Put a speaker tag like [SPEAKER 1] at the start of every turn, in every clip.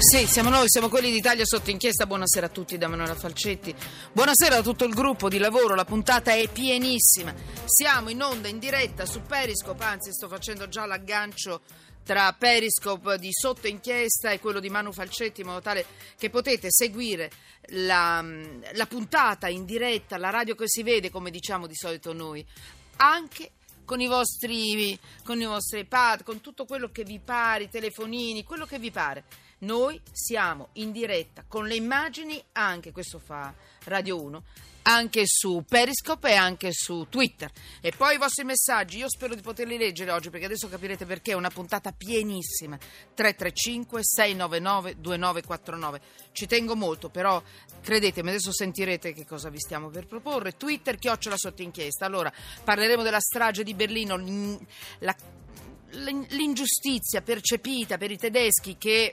[SPEAKER 1] Sì, siamo noi, siamo quelli d'Italia sotto inchiesta. Buonasera a tutti da Manuela Falcetti. Buonasera a tutto il gruppo di lavoro, la puntata è pienissima. Siamo in onda, in diretta su Periscope, anzi sto facendo già l'aggancio tra Periscope di sotto inchiesta e quello di Manu Falcetti, in modo tale che potete seguire la puntata in diretta, la radio che si vede, come diciamo di solito noi, anche con i vostri iPad, con tutto quello che vi pare, i telefonini, quello che vi pare. Noi siamo in diretta con le immagini, anche questo fa Radio 1, anche su Periscope e anche su Twitter. E poi i vostri messaggi, io spero di poterli leggere oggi, perché adesso capirete perché è una puntata pienissima. 335-699-2949. Ci tengo molto, però credetemi, adesso sentirete che cosa vi stiamo per proporre. Twitter @sottoinchiesta. Allora, parleremo della strage di Berlino, l'ingiustizia percepita per i tedeschi che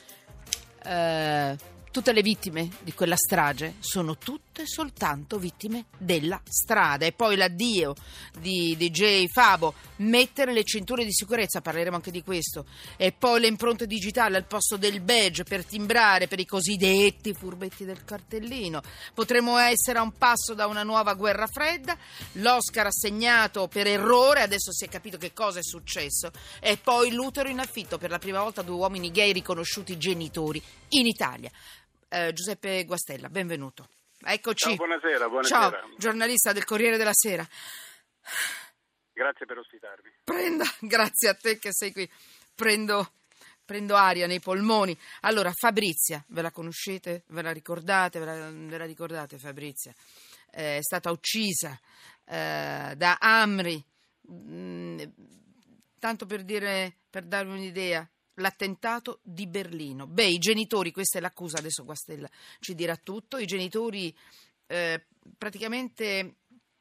[SPEAKER 1] tutte le vittime di quella strage sono tutte soltanto vittime della strada. E poi l'addio di DJ Fabo, mettere le cinture di sicurezza, parleremo anche di questo. E poi le impronte digitali al posto del badge per timbrare per i cosiddetti furbetti del cartellino. Potremmo essere a un passo da una nuova guerra fredda, l'Oscar assegnato per errore, adesso si è capito che cosa è successo. E poi l'utero in affitto, per la prima volta 2 uomini gay riconosciuti genitori in Italia. Giuseppe Guastella, benvenuto. Eccoci.
[SPEAKER 2] Ciao, buonasera.
[SPEAKER 1] Ciao, giornalista del Corriere della Sera.
[SPEAKER 2] Grazie per ospitarmi.
[SPEAKER 1] Grazie a te che sei qui. Prendo aria nei polmoni. Allora, Fabrizia, ve la conoscete? Ve la ricordate? Ve la ricordate Fabrizia? È stata uccisa da Amri. Tanto per darvi un'idea, l'attentato di Berlino. I genitori, questa è l'accusa, adesso Guastella ci dirà tutto, i genitori praticamente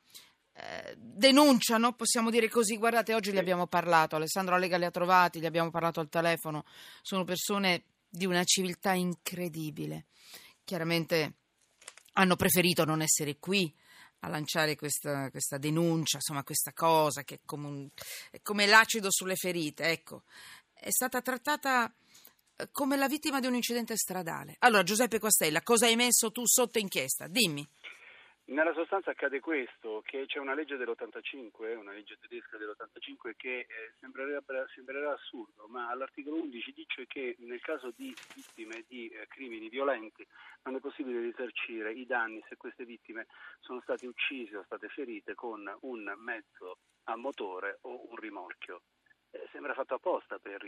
[SPEAKER 1] denunciano, possiamo dire così. Guardate, oggi li abbiamo parlato, Alessandro Lega li ha trovati, li abbiamo parlato al telefono, sono persone di una civiltà incredibile. Chiaramente hanno preferito non essere qui a lanciare questa denuncia, insomma questa cosa che è come l'acido sulle ferite, ecco. È stata trattata come la vittima di un incidente stradale. Allora, Giuseppe Guastella, cosa hai messo tu sotto inchiesta? Dimmi.
[SPEAKER 2] Nella sostanza accade questo, che c'è una legge dell'85, una legge tedesca dell'85 che sembrerà assurdo, ma all'articolo 11 dice che nel caso di vittime di crimini violenti non è possibile risarcire i danni se queste vittime sono state uccise o state ferite con un mezzo a motore o un rimorchio. Sembra fatto apposta per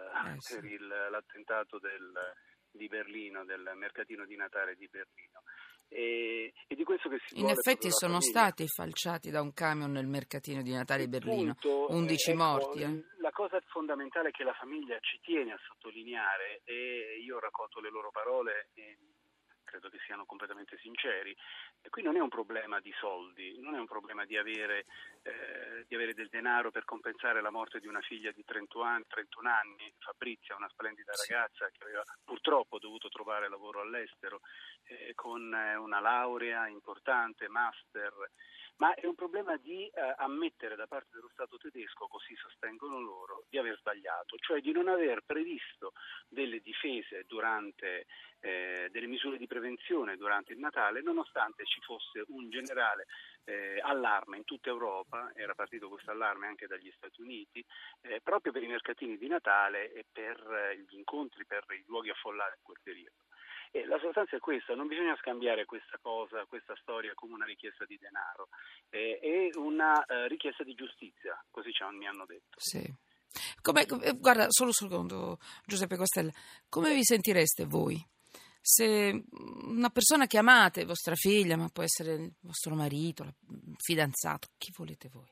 [SPEAKER 2] l'attentato di Berlino, del mercatino di Natale di Berlino. E di questo che si
[SPEAKER 1] in effetti sono stati falciati da un camion nel mercatino di Natale di Berlino, 11 morti.
[SPEAKER 2] La cosa fondamentale che la famiglia ci tiene a sottolineare, e io ho raccolto le loro parole e credo che siano completamente sinceri, e qui non è un problema di soldi, non è un problema di avere del denaro per compensare la morte di una figlia di 31 anni, Fabrizia, una splendida ragazza che aveva purtroppo dovuto trovare lavoro all'estero, con una laurea importante, master, ma è un problema di ammettere da parte dello Stato tedesco, così sostengono loro, di aver sbagliato, cioè di non aver previsto delle difese delle misure di prevenzione durante il Natale, nonostante ci fosse un generale allarme in tutta Europa. Era partito questo allarme anche dagli Stati Uniti, proprio per i mercatini di Natale e per gli incontri, per i luoghi affollati in quel periodo. E la sostanza è questa: non bisogna scambiare questa storia come una richiesta di denaro, è una richiesta di giustizia, così mi hanno detto.
[SPEAKER 1] Sì. Guarda, solo un secondo, Giuseppe Guastella, come vi sentireste voi se una persona che amate, vostra figlia, ma può essere il vostro marito, il fidanzato, chi volete voi,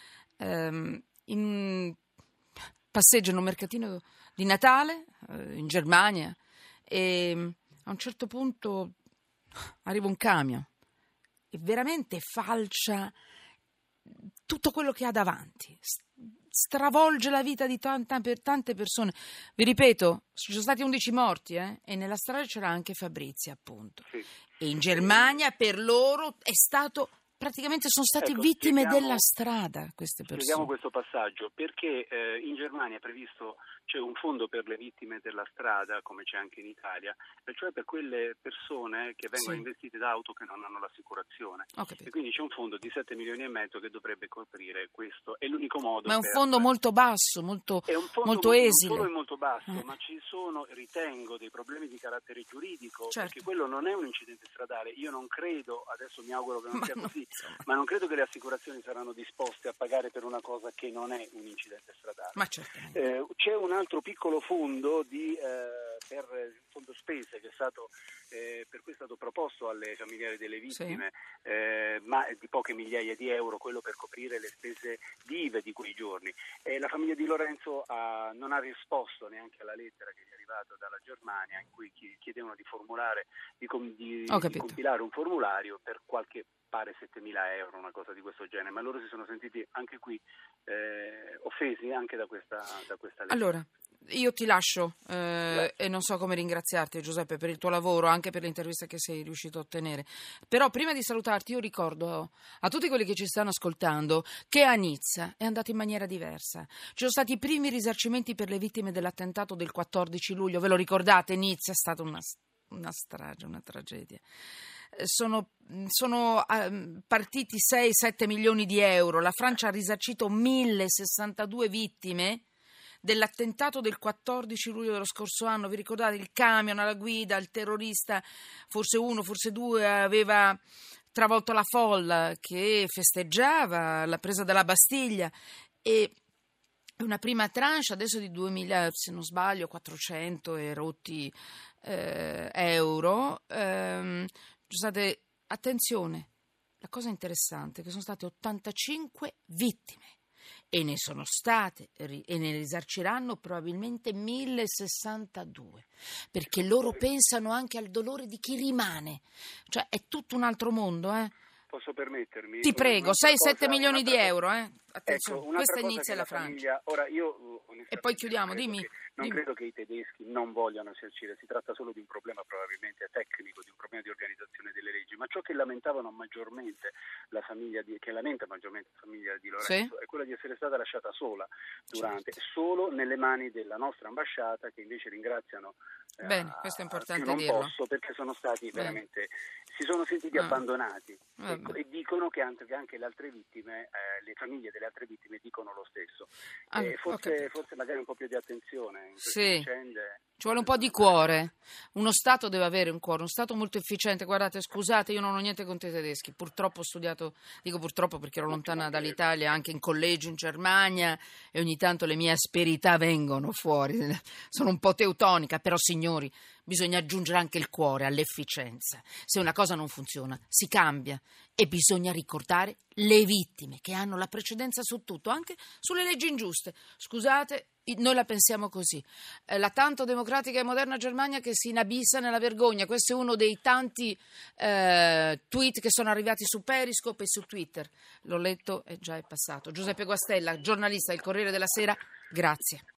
[SPEAKER 1] passeggia in un mercatino di Natale in Germania e a un certo punto arriva un camion e veramente falcia tutto quello che ha davanti, stravolge la vita di tante persone. Vi ripeto, ci sono stati 11 morti e nella strada c'era anche Fabrizia, appunto.
[SPEAKER 2] Sì.
[SPEAKER 1] E in Germania per loro è stato praticamente sono stati
[SPEAKER 2] Ecco,
[SPEAKER 1] vittime della strada queste persone.
[SPEAKER 2] Spieghiamo questo passaggio, perché in Germania è previsto, c'è un fondo per le vittime della strada, come c'è anche in Italia, e cioè per quelle persone che vengono investite da auto che non hanno l'assicurazione. E quindi c'è un fondo di 7 milioni e mezzo che dovrebbe coprire questo. È l'unico modo.
[SPEAKER 1] Ma è un fondo molto basso, molto esile.
[SPEAKER 2] Non solo è molto basso, ma ci sono, ritengo, dei problemi di carattere giuridico, perché quello non è un incidente stradale. Io non credo, adesso mi auguro che non sia così, ma non credo che le assicurazioni saranno disposte a pagare per una cosa che non è un incidente stradale.
[SPEAKER 1] Ma certamente.
[SPEAKER 2] C'è un altro piccolo fondo per il fondo spese che è stato per cui è stato proposto alle familiari delle vittime, ma di poche migliaia di euro, quello per coprire le spese vive di quei giorni. La famiglia di Lorenzo non ha risposto neanche alla lettera che gli è arrivata dalla Germania, in cui chiedevano di formulare, di compilare un formulario per qualche, pare 7.000 euro, una cosa di questo genere, ma loro si sono sentiti anche qui offesi anche da questa lettera.
[SPEAKER 1] Allora, io ti lascio e non so come ringraziarti, Giuseppe, per il tuo lavoro, anche per l'intervista che sei riuscito a ottenere. Però prima di salutarti io ricordo a tutti quelli che ci stanno ascoltando che a Nizza è andata in maniera diversa. Ci sono stati i primi risarcimenti per le vittime dell'attentato del 14 luglio. Ve lo ricordate? Nizza è stata una strage, una tragedia. Sono partiti 6-7 milioni di euro. La Francia ha risarcito 1.062 vittime dell'attentato del 14 luglio dello scorso anno. Vi ricordate il camion alla guida, il terrorista, forse uno, forse due, aveva travolto la folla che festeggiava la presa della Bastiglia, e una prima tranche adesso di 2.000, se non sbaglio, 400 e rotti euro. Scusate, attenzione, la cosa interessante è che sono state 85 vittime e ne sono state e ne risarciranno probabilmente 1.062, perché loro pensano anche al dolore di chi rimane, cioè è tutto un altro mondo.
[SPEAKER 2] Posso permettermi?
[SPEAKER 1] Ti prego, 6-7 milioni di euro, attenzione,
[SPEAKER 2] ecco,
[SPEAKER 1] questa inizia la Francia.
[SPEAKER 2] Ora io
[SPEAKER 1] e poi chiudiamo, dimmi.
[SPEAKER 2] Non credo che i tedeschi non vogliano esercire, si tratta solo di un problema probabilmente tecnico, di un problema di organizzazione delle leggi, ma ciò che lamentavano maggiormente la famiglia di Lorenzo è quella di essere stata lasciata sola solo nelle mani della nostra ambasciata, che invece ringraziano.
[SPEAKER 1] Bene, questo è importante
[SPEAKER 2] non
[SPEAKER 1] dirlo.
[SPEAKER 2] posso, perché sono stati veramente, si sono sentiti abbandonati e dicono che anche le altre vittime, le famiglie delle altre vittime dicono lo stesso. Forse magari un po' più di attenzione in queste vicende.
[SPEAKER 1] Ci vuole un po' di cuore. Uno Stato deve avere un cuore, uno Stato molto efficiente. Guardate, scusate, io non ho niente contro i tedeschi. Purtroppo ho studiato, dico purtroppo perché ero lontana dall'Italia, anche in collegio in Germania, e ogni tanto le mie asperità vengono fuori. Sono un po' teutonica, però signori, bisogna aggiungere anche il cuore all'efficienza. Se una cosa non funziona, si cambia, e bisogna ricordare le vittime che hanno la precedenza su tutto, anche sulle leggi ingiuste. Scusate, noi la pensiamo così. La tanto democratica e moderna Germania che si inabissa nella vergogna. Questo è uno dei tanti tweet che sono arrivati su Periscope e su Twitter. L'ho letto e già è passato. Giuseppe Guastella, giornalista del Corriere della Sera, grazie.